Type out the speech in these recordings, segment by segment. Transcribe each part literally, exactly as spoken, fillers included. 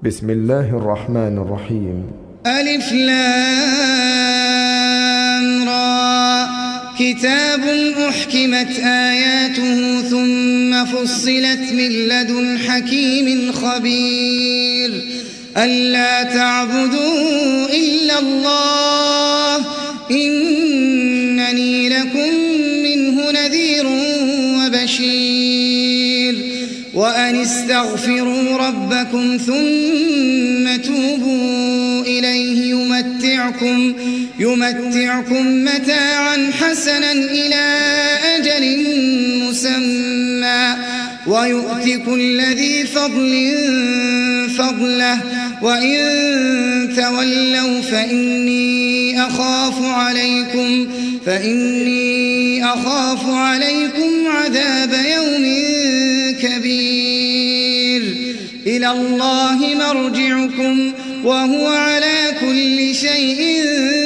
بسم الله الرحمن الرحيم. ألف لام را كتاب أحكمت آياته ثم فصلت من لدن حكيم خبير ألا تعبدوا إلا الله إنني لكم منه نذير وبشير وأن استغفروا ربكم ثم توبوا إليه يمتعكم, يمتعكم متاعا حسنا إلى أجل مسمى ويؤتي كل ذي فضل فضله وإن تولوا فإني أخاف عليكم فإني أخاف عليكم عذاب يوم كبير إلى الله مرجعكم وهو على كل شيء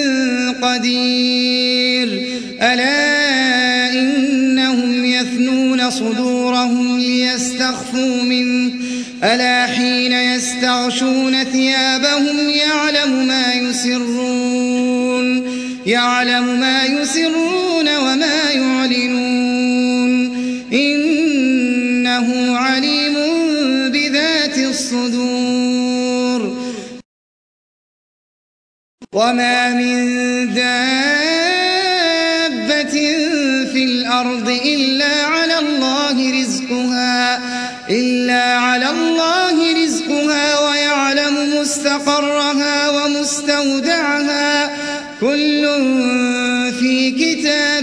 قدير ألا إنهم يثنون صدورهم ليستخفوا منه ألا حين يستغشون ثيابهم يعلم ما يسرون يعلم ما يسرون وما يعلنون إنه عليم بذات الصدور وما من دابة في الأرض إلا على الله رزقها إلا على الله رزقها ويعلم مستقرها ومستودعها كل في كتاب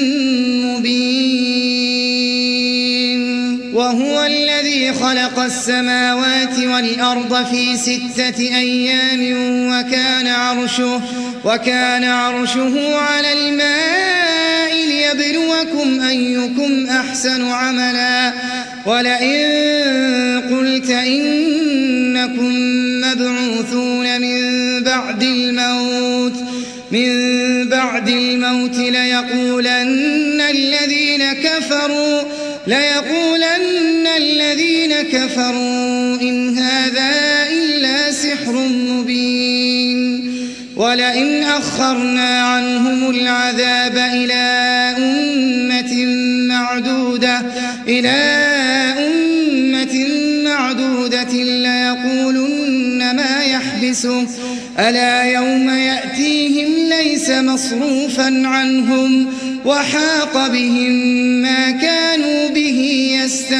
مبين وهو الذي خلق السماوات والأرض في ستة أيام وكان عرشه وكان عرشه على الماء ليبلوكم أيكم أحسن عملا ولئن قلت إنكم مبعوثون من بعد الموت من بعد الموت ليقولن الذين كفروا ليقولن الذين كفروا إن هذا إلا سحر مبين ولئن أخرنا عنهم العذاب إلى أمة معدودة إلى أمة معدودة ليقولن ما يحبسه ألا يوم يأتيهم ليس مصروفا عنهم وحاق بهم ما كانوا به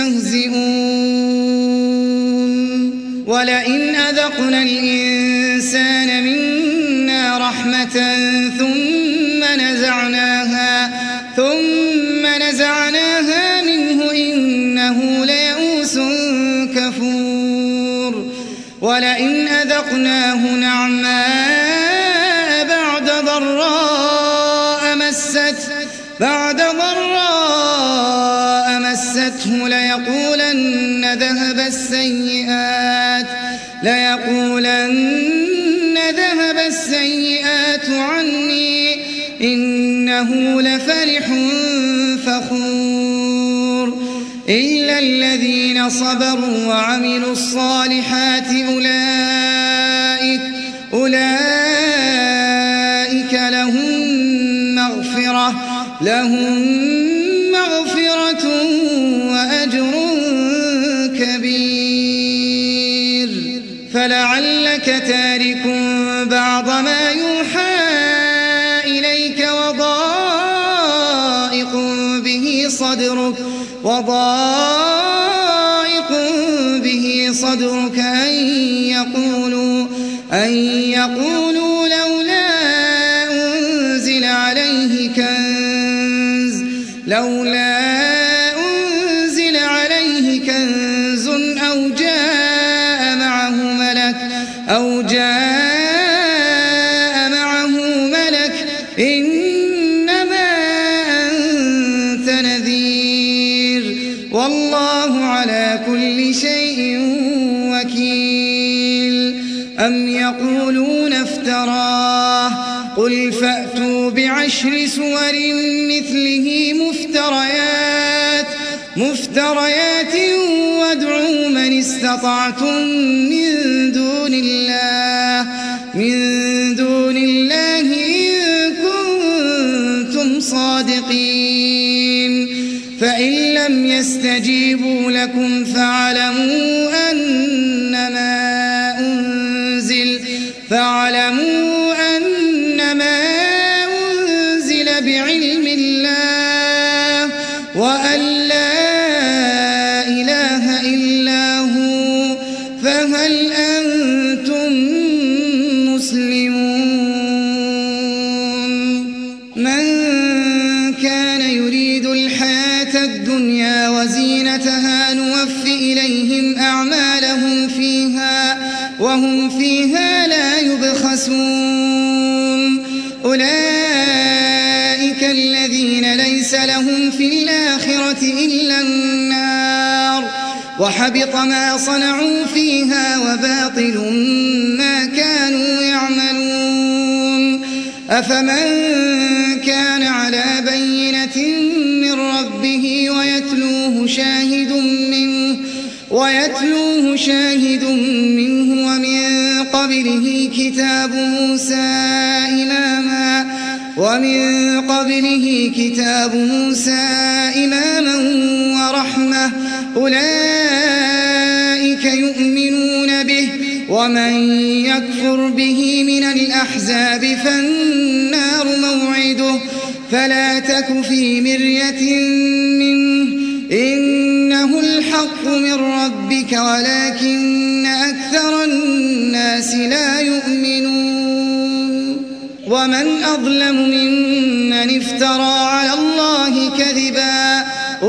يستهزئون ولئن أذقنا الإنسان منا رحمة ثم نزعناها ثم نزعناها منه إنه ليئوس كفور ولئن أذقناه نعماء بعد ضراء مسته بعد ضراء مسته ليقولن ذهب السيئات ليقولن ذهب السيئات عني إنه لفرح فخور إلا الذين صبروا وعملوا الصالحات أولئك أولئك لهم مغفرة لهم مغفرة وأجر كبير فلعلك تارك بعض ما يوحى إليك وضائق به صدرك وضائق به صدرك أن يقولوا أن يقولوا لولا أنزل عليه كنز لولا أنزل عليه كنز أو جاء معه ملك أو جاء معه ملك إنما أنت نذير والله على كل شيء وكيل أم يقولون افتراه قل فأتوا بعشر سور مثله مفتريات مفتريات وادعوا من استطعتم من دون فهل أنتم مسلمون من كان يريد الحياة الدنيا وزينتها نوف إليهم أعمالهم فيها وهم فيها لا يبخسون أولئك الذين ليس لهم في الآخرة إلا النار وحبط ما صنعوا فيها وباطل ما كانوا يعملون أفمن كان على بينة من ربه ويتلوه شاهد منه ويتلوه شاهد منه ومن قبله كتاب موسى إماما ومن قبله كتاب موسى إماما ورحمة أولئك يؤمنون به ومن يكفر به من الأحزاب فالنار موعده فلا تك في مرية منه إنه الحق من ربك ولكن أكثر الناس لا يؤمنون ومن أظلم ممن افترى على الله كذبا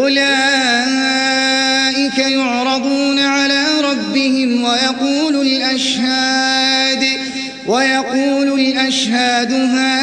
أولئك يعرضون على ربهم ويقول الأشهاد ويقول الأشهاد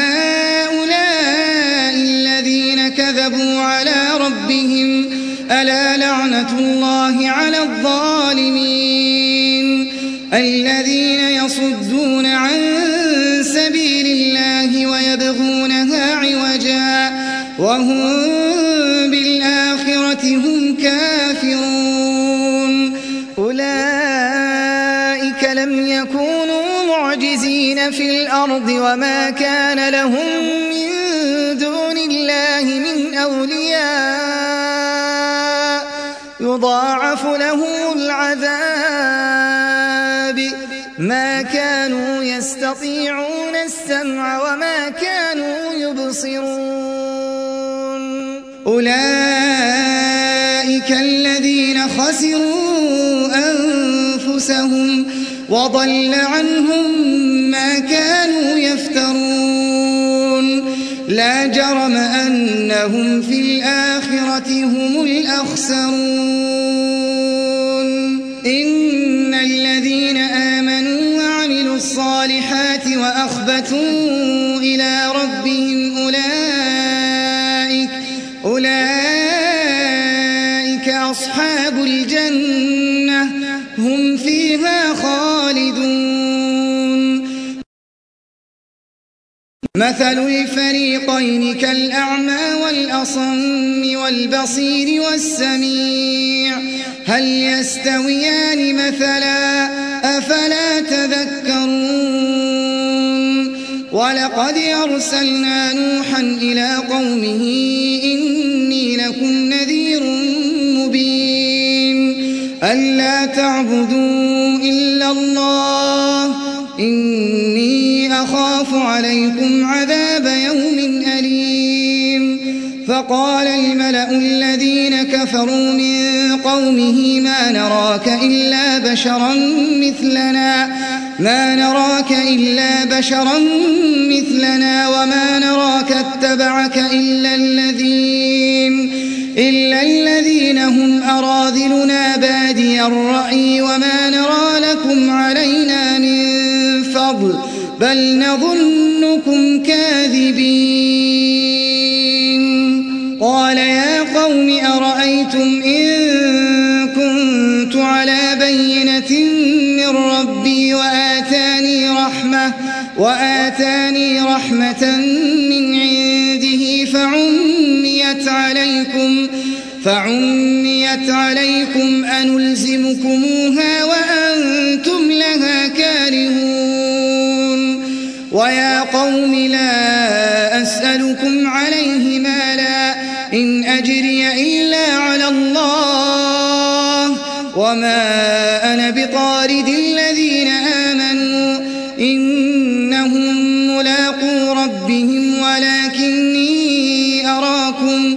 هؤلاء الذين كذبوا على ربهم ألا لعنة الله على الظالمين الذين يصدون عن سبيل الله ويبغونها عوجا وهم بالآخرة هم كافرون أولئك لم يكونوا معجزين في الأرض وما كان لهم من دون الله من أولياء يضاعف لهم العذاب ما كانوا يستطيعون السمع وما كانوا يبصرون أولئك الذين خسروا أنفسهم وضل عنهم ما كانوا يفترون لا جرم أنهم في الآخرة هم الأخسرون إن الذين آمنوا وعملوا الصالحات وأخبتوا إلى ربهم أولئك أولئك أصحاب الجنة هم فيها خالدون مثل الفريقين كالأعمى والأصم والبصير والسميع هل يستويان مثلا أفلا تذكرون ولقد أرسلنا نوحا إلى قومه إني لكم نذير مبين ألا تعبدوا إلا الله إني أخاف عليكم عذاب يوم أليم فقال الملأ الذين كفروا من قومه ما نراك إلا بشرا مثلنا ما نراك إلا بشرا مثلنا وما نراك اتبعك إلا الذين إلا الذين هم أراذلنا بادي الرأي وما نرى لكم علينا من فضل بل نظنكم كاذبين قال يا قوم أرأيتم إن كنت على بينة من ربي وآتاني رحمة وآتاني رحمة من عنده فعميت عليكم فعميت عليكم أنلزمكموها وأنتم لها كارهون ويا قوم لا أسألكم عليه مالا إن أجري إلا على الله وما أنا بطارد الذين آمنوا إنهم ملاقو ربهم ولكني أراكم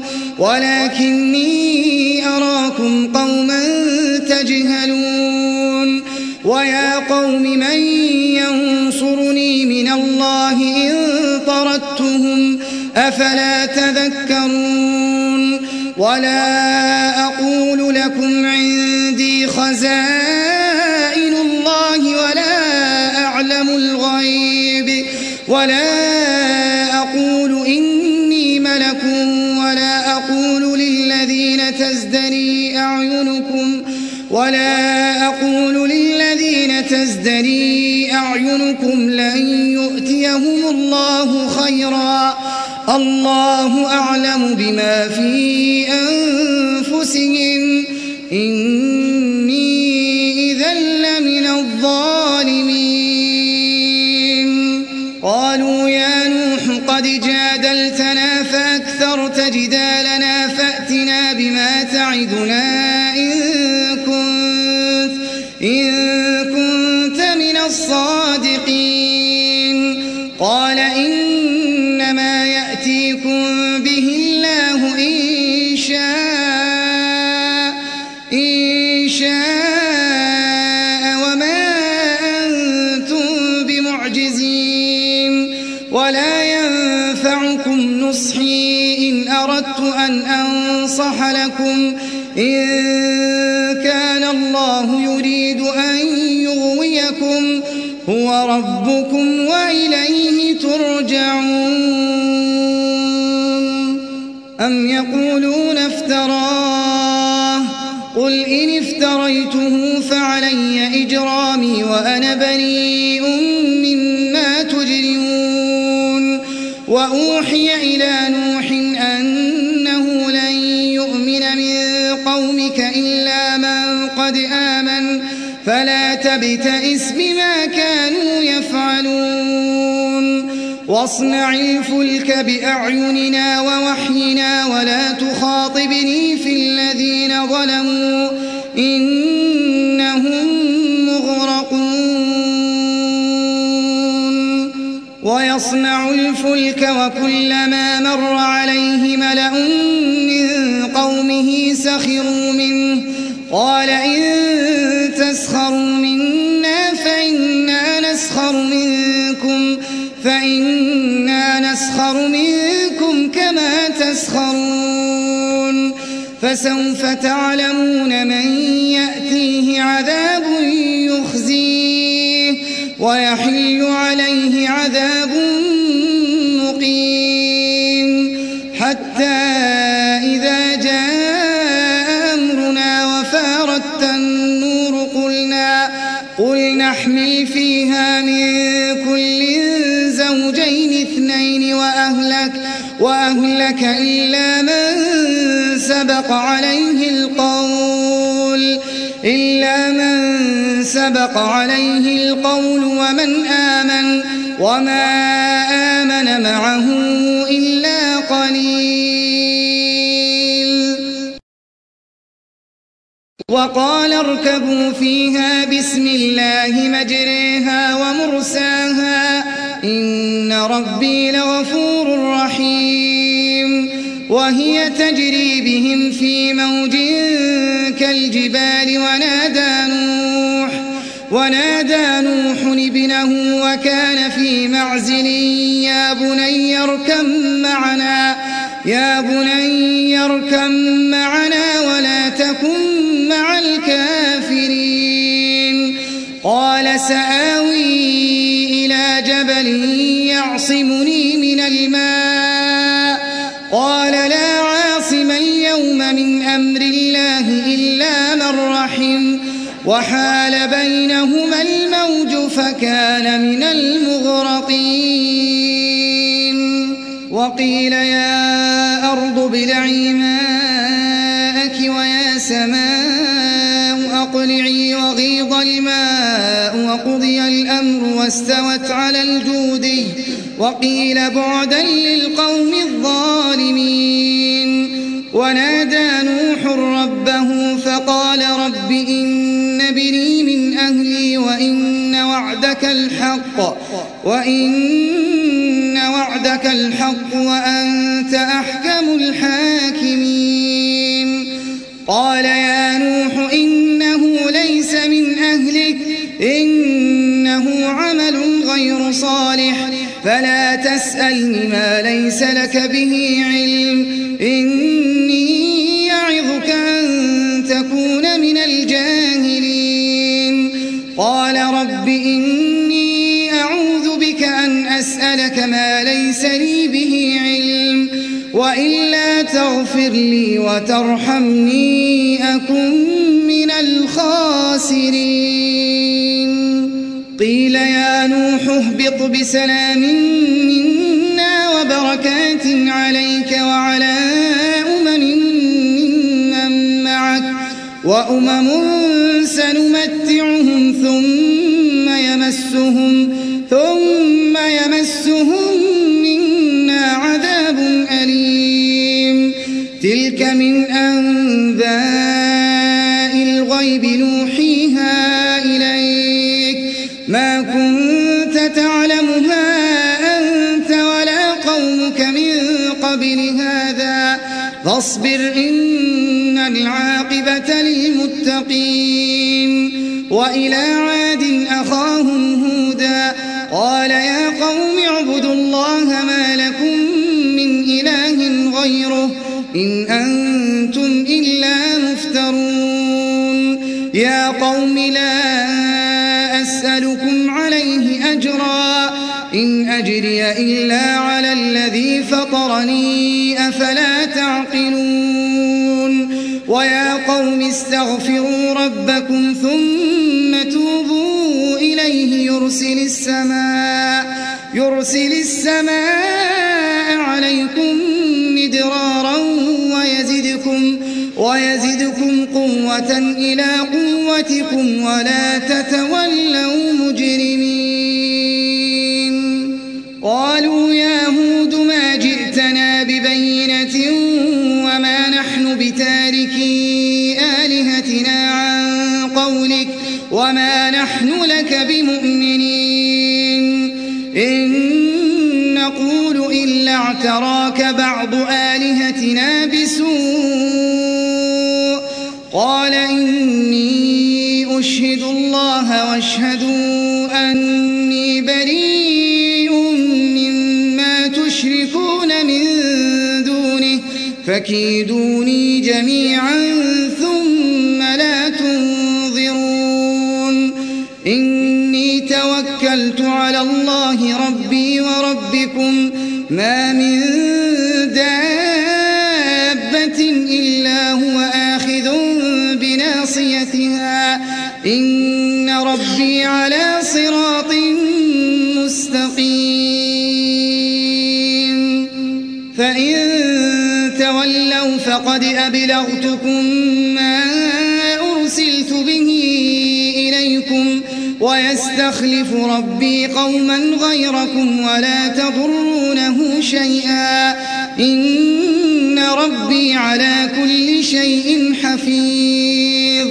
ولكني أراكم قوما تجهلون ويا قوم من ينصرني من الله إن طردتهم أفلا تذكرون ولا أقول لكم عندي خزائن الله ولا أعلم الغيب ولا أقول إني ملك ولا أقول للذين تزدري أعينكم ولا أقول للذين تزدري أعينكم لن يؤتيهم الله خيرا الله أعلم بما في أنفسهم إني إذا لمن الظالمين قالوا يا نوح قد جادلتنا فأكثرت جدالنا فأتنا بما تعدنا إن كنت, إن كنت من الصادقين قال إنما يأتيكم به الله إن شاء, إن شاء وما أنتم بمعجزين ولا ينفعكم نصحي إن أردت أن أنصح لكم إن كان الله يريد أن يغويكم هو ربكم وإليه ترجعون أم يقولون افتراه قل إن افتريته فعلي إجرامي وأنا بريء مما تجرمون وأوحي إلى نوح أنه لن يؤمن من قومك إلا من قد آمن فلا تبتئس بما كانوا يفعلون واصنع الفلك بأعيننا ووحينا ولا تخاطبني في الذين ظلموا إنهم مغرقون ويصنع الفلك وكلما مر عليه ملأ من قومه سخروا منه قال إن تسخروا منا فإنا نسخر منكم فإنا نسخر منكم كما تسخرون فسوف تعلمون من يأتيه عذاب يخزيه ويحل عليه عذاب مقيم حتى إذا جاء أمرنا وفارت النور قلنا قل نحمل فيها من كل زوجين اثنين وأهلك, وأهلك إلا من سبق عليه القول إلا من سبق عليه القول ومن آمن وما آمن معه إلا قليل وقال اركبوا فيها بسم الله مجريها ومرساها إن ربي لغفور رحيم وهي تجري بهم في موج كالجبال ونادى نوح ونادى نوح ابنه وكان في معزل يا بني اركب معنا يا بني اركب معنا ولا تكن مع الكافرين قال سآوي إلى جبل يعصمني من الماء قال لا عاصم اليوم من أمر الله إلا من رحم وحال بينهما الموج فكان من المغرقين وقيل يا أرض ابلعي ماءك ويا سماء أقلعي وغيض الماء وقضي الأمر واستوت على الجودي وقيل بعدا للقوم الظالمين ونادى نوح ربه فقال رب إن ابني من أهلي وإن وعدك الحق وإن وعدك الحق وأنت أحكم الحاكمين قال يا نوح إنه ليس من أهلك إنه عمل غير صالح فلا تسألني ما ليس لك به علم إني يعظك أن تكون من الجاهلين قال رب إني أعوذ بك أن أسألك ما ليس لي به علم وإلا تغفر لي وترحمني أكن من الخاسرين قيل يا نوح اهبط بسلام منا وبركات عليك وعلى أمم ممن معك وأمم سنمتعهم ثم يمسهم ثم يمسهم منا عذاب أليم تلك من أنباء الغيب نوحيها إليك ما كنت تعلمها أنت ولا قومك من قبل هذا فاصبر إن العاقبة للمتقين وإلى عاد أخاهم هودا قال يا قوم اعبدوا الله ما لكم من إله غيره إن أنتم إلا مفترون يا قوم لا أسألكم عليه أجرا إن أجري إلا على الذي فطرني أفلا تعقلون ويا قوم استغفروا ربكم ثم توبوا إليه يرسل السماء يرسل السماء عليكم مدرارا ويزدكم ويزدكم قوة إلى قوتكم ولا تتولوا مجرمين قالوا يا هود ما جئتنا ببينة وما نحن بتاركي آلهتنا عن قولك وما نحن لك بمؤمنين إن نقول إلا اعتراك بعض آلهتنا بسوء قال إني أشهد الله واشهدوا أني بريء مما تشركون من دونه فكيدوني جميعا ثم لا تنظرون إني توكلت على الله ربي وربكم ما من دابة إلا هو آخذ بناصيتها إن ربي على صراط مستقيم فإن تولوا فقد أبلغتكم ما أرسلت به إليكم ويستخلف ربي قوما غيركم ولا تضرونه شيئا إن ربي على كل شيء حفيظ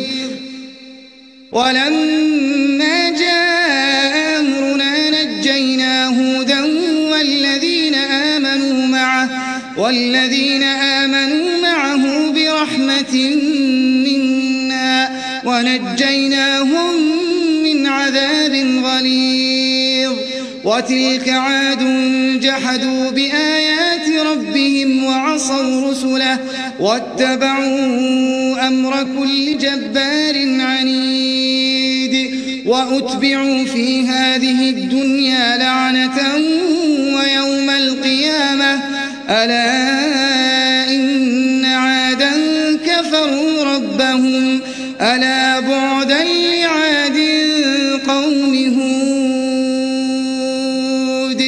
ولما جاء أمرنا نجينا هودا والذين آمنوا معه والذين آمنوا معه برحمة منا ونجيناهم من عذاب غليظ وتلك عاد جحدوا بآيات ربهم وعصوا رسله واتبعوا أمر كل جبار عنيد وأتبعوا في هذه الدنيا لعنة ويوم القيامة ألا إن عادا كفروا ربهم ألا بعدا لعاد قوم هود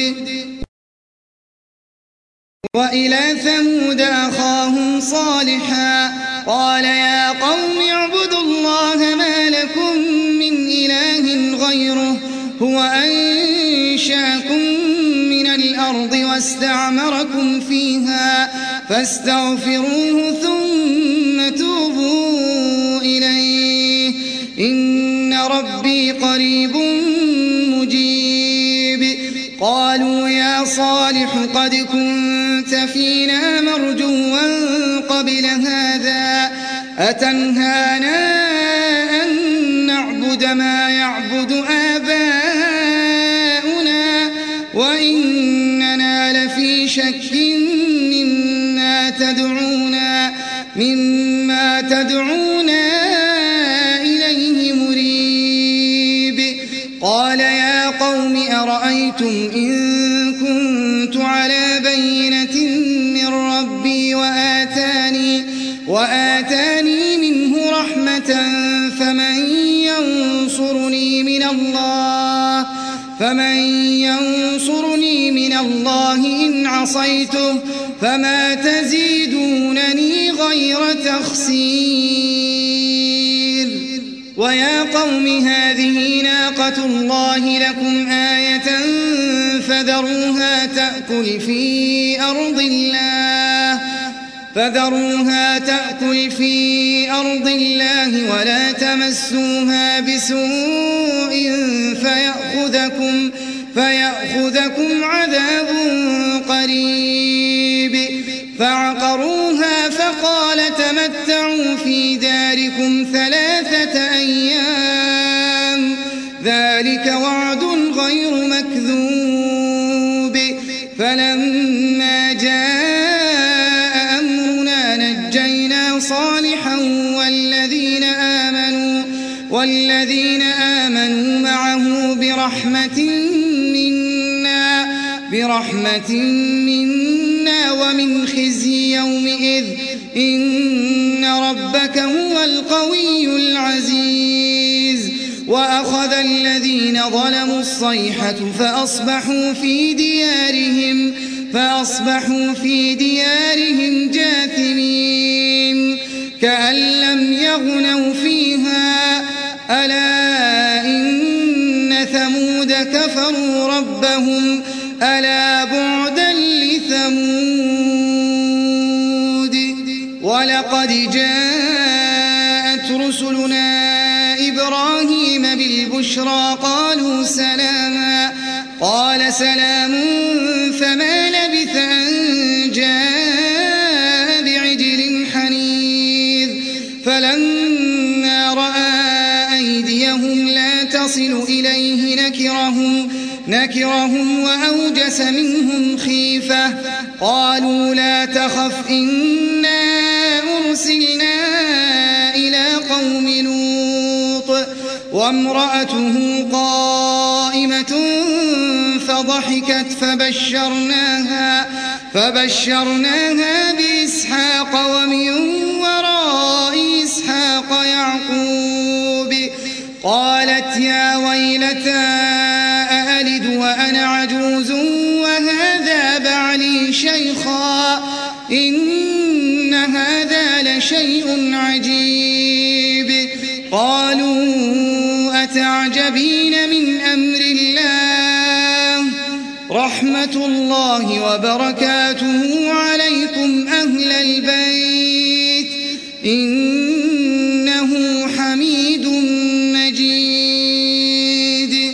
وإلى ثمود أخاهم صالحا قال يا قوم اعبدوا الله ما لكم من إله غيره هو أنشاكم من الأرض واستعمركم فيها فاستغفروه ثم توبوا إليه إن ربي قريب مجيب قالوا يا صالح قد كنت فينا مرجوا قبل هذا أتنهانا أن نعبد ما يعبد شك مما تدعونا مما تدعونا إليه مريب قال يا قوم أرأيتم إن كنت على بينة من ربي وآتاني, وآتاني منه رحمة فمن ينصرني من الله فمن ينصرني من الله إن عصيته فما تزيدونني غير تخسير ويا قوم هذه ناقة الله لكم آية فذروها تأكل في أرض الله فذروها تأكل في أرض الله ولا تمسوها بسوء فيأخذكم, فيأخذكم عذاب قريب فعقروها فقال تمتعوا في داركم ثلاثة أيام ذلك وعد غير مكذوب فلما جاء أمرنا نجينا صالحا والذين آمنوا, والذين آمنوا معه برحمة منا, برحمة منا ومن خزي يومئذ إن ربك هو القوي العزيز وأخذ الذين ظلموا الصيحة فأصبحوا في ديارهم فأصبحوا في ديارهم جاثمين كأن لم يغنوا فيها ألا إن ثمود كفروا ربهم ألا بعدا لثمود ولقد جاءت رسلنا إبراهيم بالبشرى قالوا سلاما قال سلام فما لبث أن جاء بعجل حنيذ فلما رأى أيديهم لا تصل إليه نكرهم, نكرهم وأوجس منهم خيفة قالوا لا تخف إنا أرسلنا إلى قوم لوط وامرأته قائمة فضحكت فبشرناها, فبشرناها بإسحاق ومن وراء إسحاق يعقوب قالت يا ويلتى أألد وأنا عجوز وهذا بعلي شيخا إن هذا لشيء عجيب قالوا أتعجبين من أمر الله رحمة الله وبركاته عليكم أهل البيت إنه حميد مجيد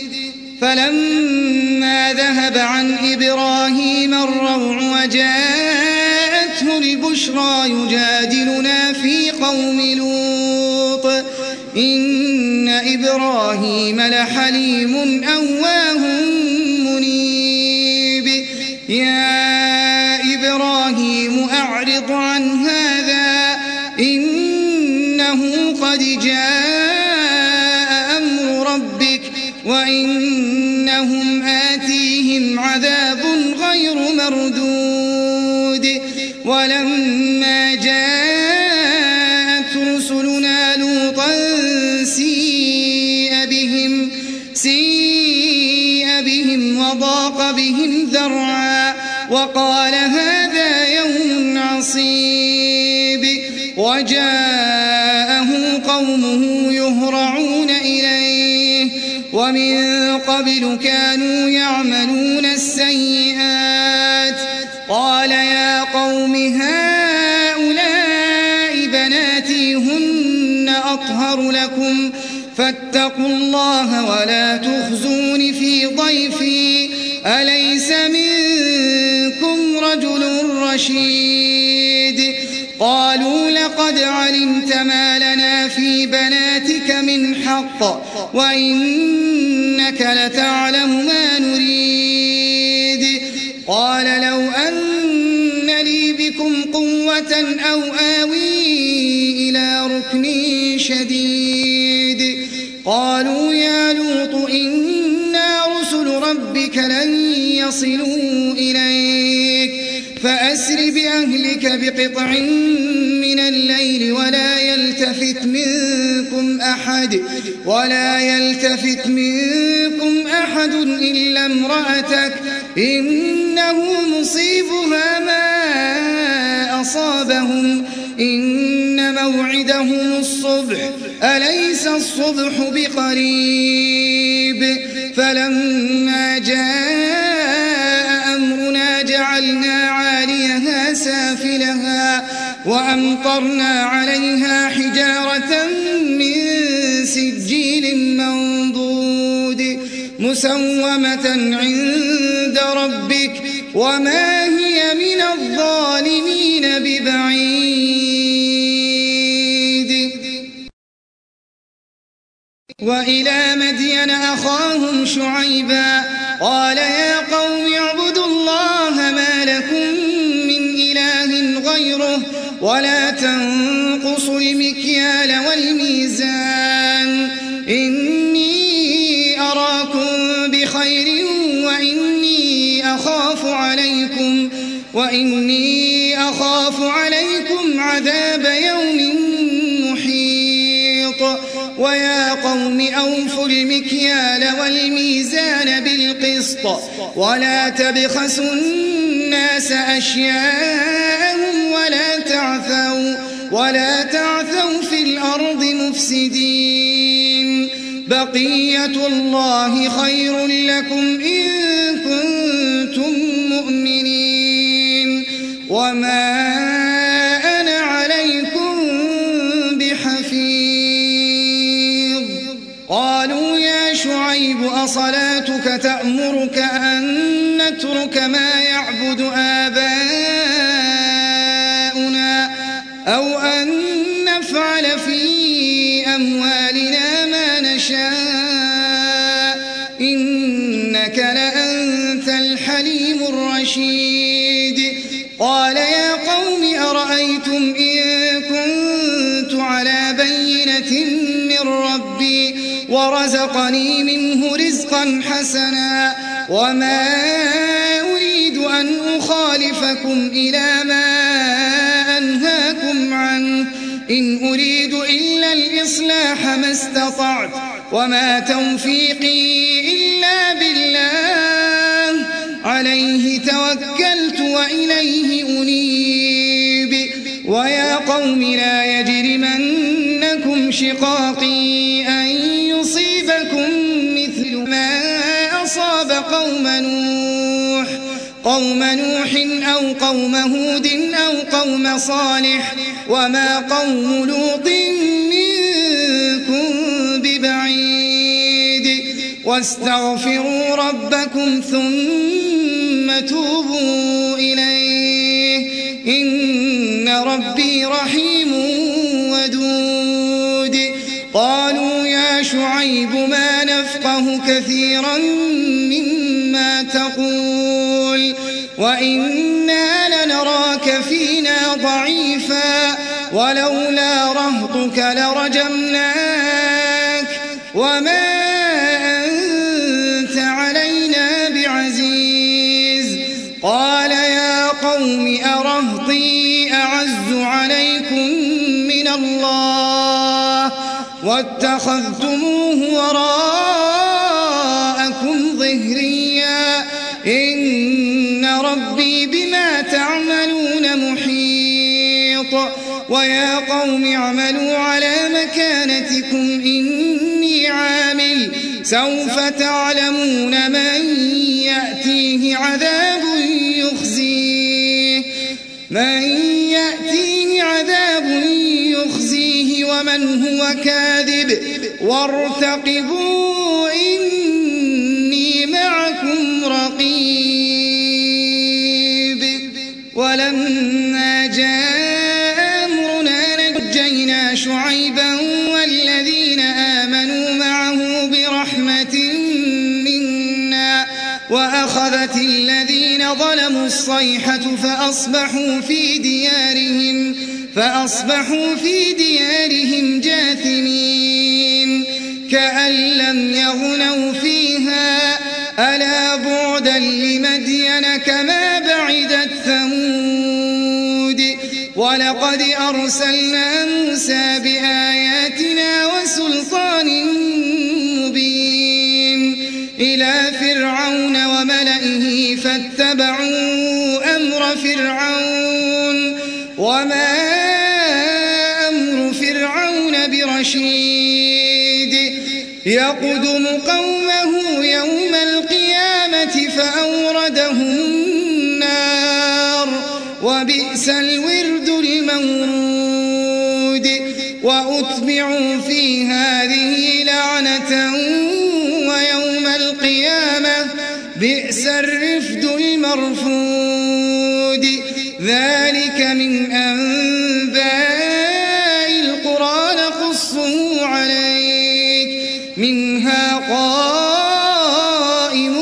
فلما ذهب عن إبراهيم الروع وجاءته البشرى يجادلنا في قوم لوط إن إبراهيم لحليم أواه منيب يا إبراهيم أعرض عن هذا إنه قد جاء أمر ربك وإنهم آتيهم عذاب غير مردود ولما جاءت رسلنا لوطا سيء بهم, سيء بهم وضاق بهم ذرعا وقال هذا يوم عصيب وجاءه قومه يهرعون إليه ومن قبل كانوا يعملون السيئات قال يا قوم هؤلاء بناتي هن أطهر لكم فاتقوا الله ولا تخزون في ضيفي أليس منكم رجل رشيد قالوا لقد علمت ما لنا في بناتك من حق وإنك لتعلم ما نريد قال لو أن ركعة أو آوي إلى ركن شديد قالوا يا لوط إنا رسل ربك لن يصلوا إليك فأسر بأهلك بقطع من الليل ولا يلتفت منكم أحد ولا يلتفت منكم أحد إلا امرأتك إنه مصيبها ما أصابهم إن موعدهم الصبح أليس الصبح بقريب فلما جاء أمرنا جعلنا عاليها سافلها وأمطرنا عليها حجارة من سجيل منضود مسومة عند ربك وما هي من الظالمين ببعيد وإلى مدين أخاهم شعيبا قال يا قوم اعبدوا الله ما لكم من إله غيره ولا تنقصوا المكيال والميزان إني أراكم بخير وإني أخاف عليكم وإني أخاف عليكم عذاب يوم محيط ويا قوم أوفوا المكيال والميزان بالقسط ولا تبخسوا الناس أشياءهم ولا تعثوا ولا تعثوا في الأرض مفسدين بقية الله خير لكم إن كنتم مؤمنين وما أنا عليكم بحفيظ قالوا يا شعيب أصلاتك تأمرك أن نترك ما يعبد آباؤنا أو أن نفعل في أموالنا ما نشاء إنك لأنت الحليم الرشيد قال يا قوم أرأيتم إن كنت على بينة من ربي ورزقني منه رزقا حسنا وما أريد أن أخالفكم إلى ما أنهاكم عنه إن أريد إلا الإصلاح ما استطعت وما توفيقي إلا بالله عليه توكلت وإليه أنيب ويا قوم لا يجرمنكم شقاقي أن يصيبكم مثل ما أصاب قوم نوح قوم نوح أو قوم هود أو قوم صالح وما قوم لوط منكم ببعيد واستغفروا ربكم ثم توبوا إليه إن ربي رحيم ودود قالوا يا شعيب ما نفقه كثيرا مما تقول وإنا لنراك فينا ضعيفا ولولا رهطك لرجمناك وما أنت علينا بعزيز قال يا قوم أرهطي أعز عليكم من الله واتخذتموه وراءكم ظهريا إن ربي بما تعملون محيط ويا قوم اعملوا على مكانتكم إني عامل سوف تعلمون من يأتيه عذاب يخزيه من يأتيه عذاب يخزيه ومن هو كاذب وارتقبوا إني معكم رقيب ولما جاء أمرنا نجينا شعيبا والذين آمنوا معه برحمة منا وأخذت الذين ظلموا الصيحة فأصبحوا في ديارهم فأصبحوا في ديارهم جاثمين كأن لم يغنوا فيها ألا بعدا لمدين كما بعدت ثمود ولقد أرسلنا موسى بآياتنا وسلطان مبين إلى فرعون وملئه فاتبعوا أمر فرعون وما أمر فرعون برشيد يقدم قومه يوم القيامة فأوردهم النار وبئس الورد المورود وأتبعوا في هذه لعنة ويوم القيامة بئس الرفد المرفود ذلك من أنباء القرى نقصه عليك منها قائم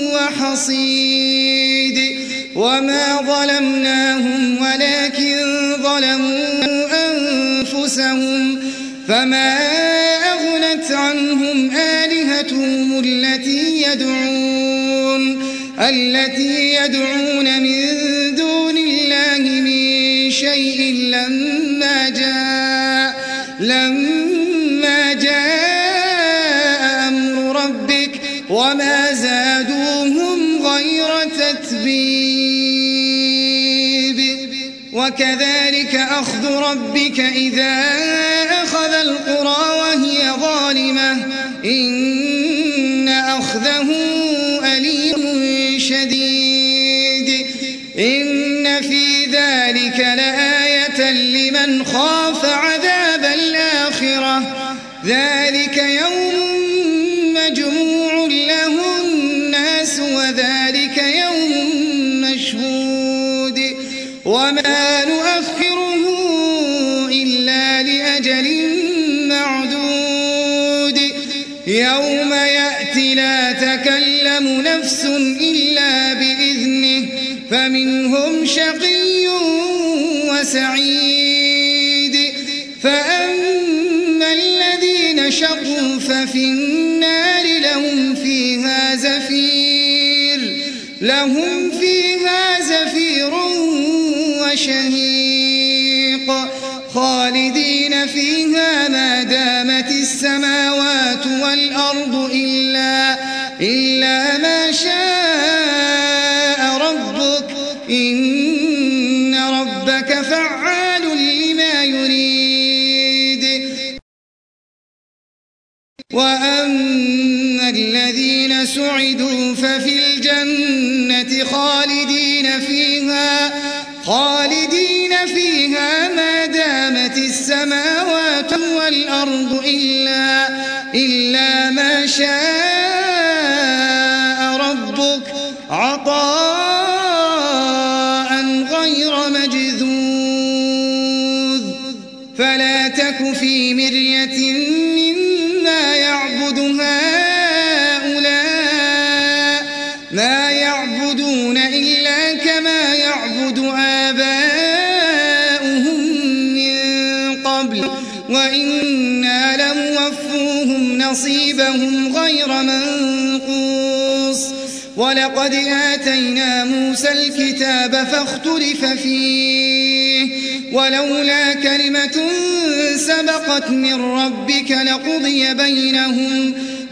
وحصيد وما ظلمناهم ولكن ظلموا أنفسهم فما أغنت عنهم آلهتهم التي يدعون التي يدعون من دون الله من شيء لما جاء لما جاء أمر ربك وما زادوهم غير تتبيب وكذلك أخذ ربك إذا أخذ القرى وهي ظالمة إن أخذه أليم شديد إن في ذلك لآية لمن خاف عذاب الآخرة ذلك يوم مجموع له الناس وذلك يوم مشهود وما نؤخره إلا لأجل معدود يوم يأتي لا تكلم نفس إلا بإذنه فمنهم شقي وسعيد فأما الذين شقوا ففي النار لهم فيها زفير لهم فيها زفير وشهيق خالدين فيها ما دامت السماوات والأرض إلا, إلا ما شاء ربك إن ربك فعال لما يريد وأما الذين سعدوا ففي الجنة خالدين فيها خالدين فيها ما دامت السماوات والأرض إلا, إلا ما شاء ربك عطاء غير مجذوذ فلا تك في مرية مما يعبد هؤلاء ما يعبدون إلا كما يعبد آباؤهم من قبل وإنا لموفوهم نصيبهم غير منقوص ولقد آتينا موسى الكتاب فاختلف فيه ولولا كلمة سبقت من ربك لقضي بينهم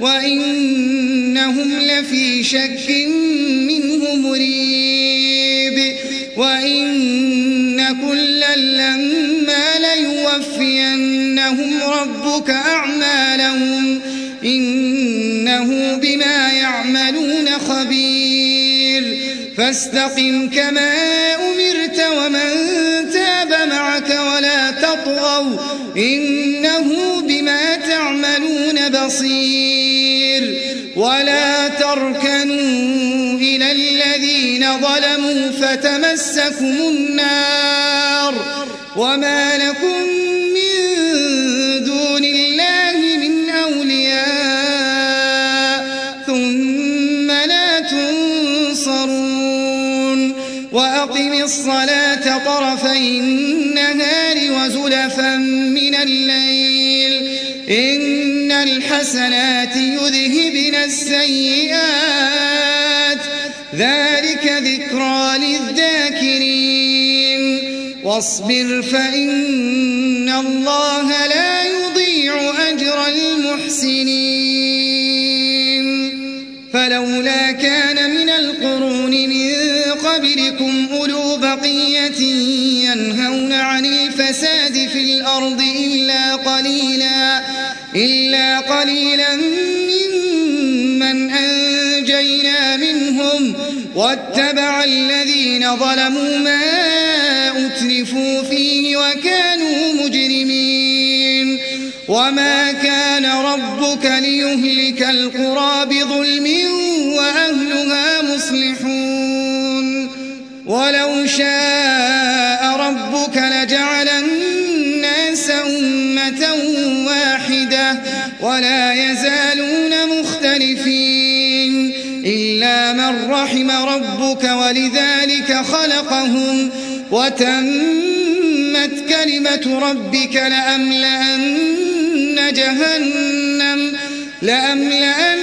وإنهم لفي شك منه مريب وإن كلا لما ليوفينهم ربك أعمالهم إنه بما يعملون خبير فاستقم كما أمرت ومن تاب معك ولا تطغوا إنه بما تعملون بصير ولا تركنوا إلى الذين ظلموا فتمسكم النار وما لكم من دون الله من أولياء ثم لا تنصرون ينصرون وأقم الصلاة طرفي النهار وزلفا من الليل إن الحسنات يذهبن السيئات ذلك ذكرى للذاكرين واصبر فإن الله لا يضيع أجر المحسنين فلولا كان من القرون من قبلكم أولو بقية ينهون عن الفساد في الأرض إلا قليلا إلا قليلا ممن أنجينا منهم واتبع الذين ظلموا ما أترفوا فيه وكانوا مجرمين وما كان ربك ليهلك القرى بظلم وأهلها مصلحون ولو شاء ربك لجعل الناس أمة واحدة ولا يزالون مختلفين إلا من رحم ربك ولذلك خلقهم وتمت كلمة ربك لأملأن جهنم لأملأن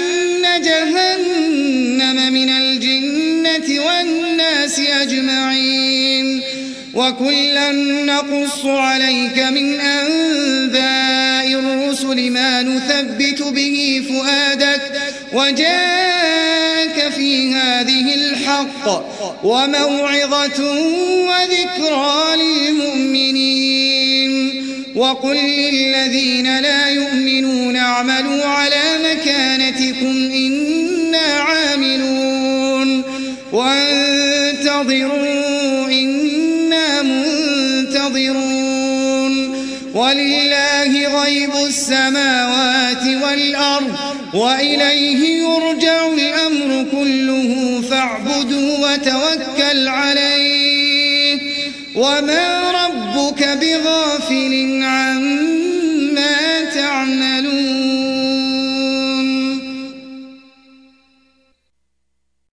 جهنم من الجنة والناس أجمعين وكلا نقص عليك من أنباء الرسل ما نثبت به فؤادك وجاءك في هذه الحق وموعظة وذكرى للمؤمنين وقل للذين لا يؤمنون اعملوا على مكانتكم إنا عاملون وانتظروا إنا منتظرون ولله غيب السماوات والأرض وإليه يرجع الأمر كله فاعبده وتوكل عليه وما ربك بغافل عما